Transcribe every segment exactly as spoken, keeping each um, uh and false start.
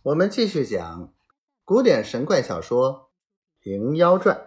我们继续讲古典神怪小说《平妖传》。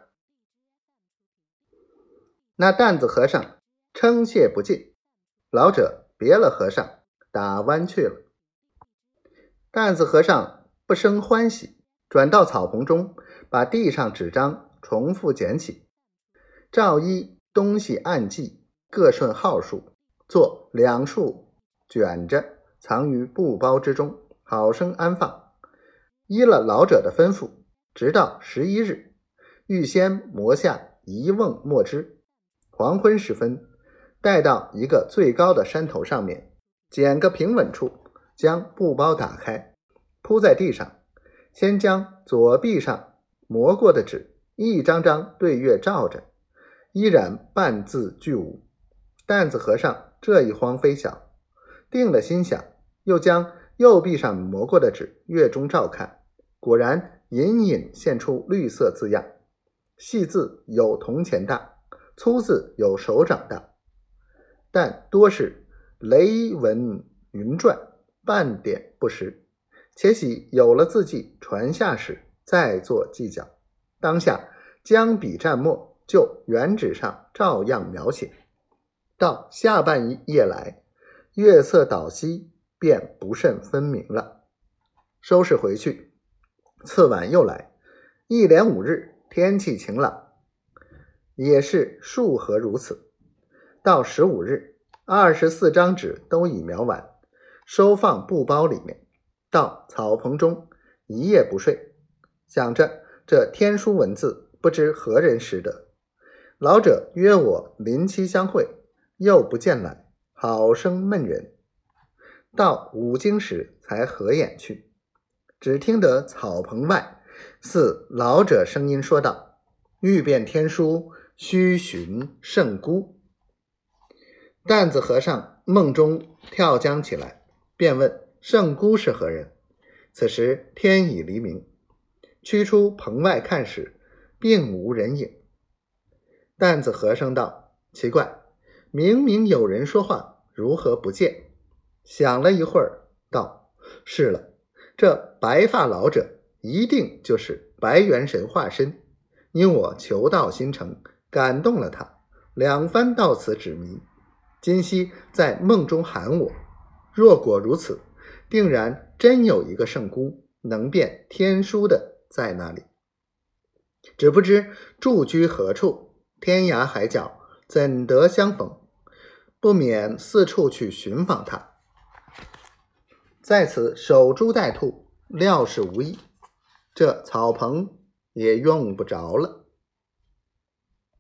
那担子和尚称谢不尽，老者别了和尚，打弯去了。担子和尚不生欢喜，转到草棚中，把地上纸张重复捡起，照依东西按记，各顺号数，做两束卷着，藏于布包之中，好生安放。依了老者的吩咐，直到十一日，预先磨下一瓮墨汁。黄昏时分，带到一个最高的山头上面，捡个平稳处，将布包打开，铺在地上，先将左臂上磨过的纸一张张对月照着，依然半字俱无。担子和尚这一慌非小，定了心想，又将右臂上磨过的纸月中照看，果然隐隐现出绿色字样，细字有铜钱大，粗字有手掌大，但多是雷文云转，半点不实。且喜有了字迹传下时，再做计较。当下将笔蘸墨，就原纸上照样描写。到下半夜来，月色倒西，便不甚分明了。收拾回去，次晚又来，一连五日，天气晴朗，也是数何如此。到十五日，二十四张纸都已描完，收放布包里面，到草棚中一夜不睡，想着这天书文字不知何人识得。老者约我临期相会，又不见来，好生闷人。到五更时才合眼去，只听得草棚外似老者声音说道：欲辨天书，须寻圣姑。担子和尚梦中跳将起来，便问圣姑是何人。此时天已黎明，驱出棚外看时，并无人影。担子和尚道：奇怪，明明有人说话，如何不见？想了一会儿，道：是了，这白发老者一定就是白元神化身，因我求道心诚，感动了他，两番到此指迷，今夕在梦中喊我，若果如此，定然真有一个圣姑能辨天书的在那里，只不知住居何处，天涯海角怎得相逢，不免四处去寻访他。在此守株待兔，料事无益，这草棚也用不着了。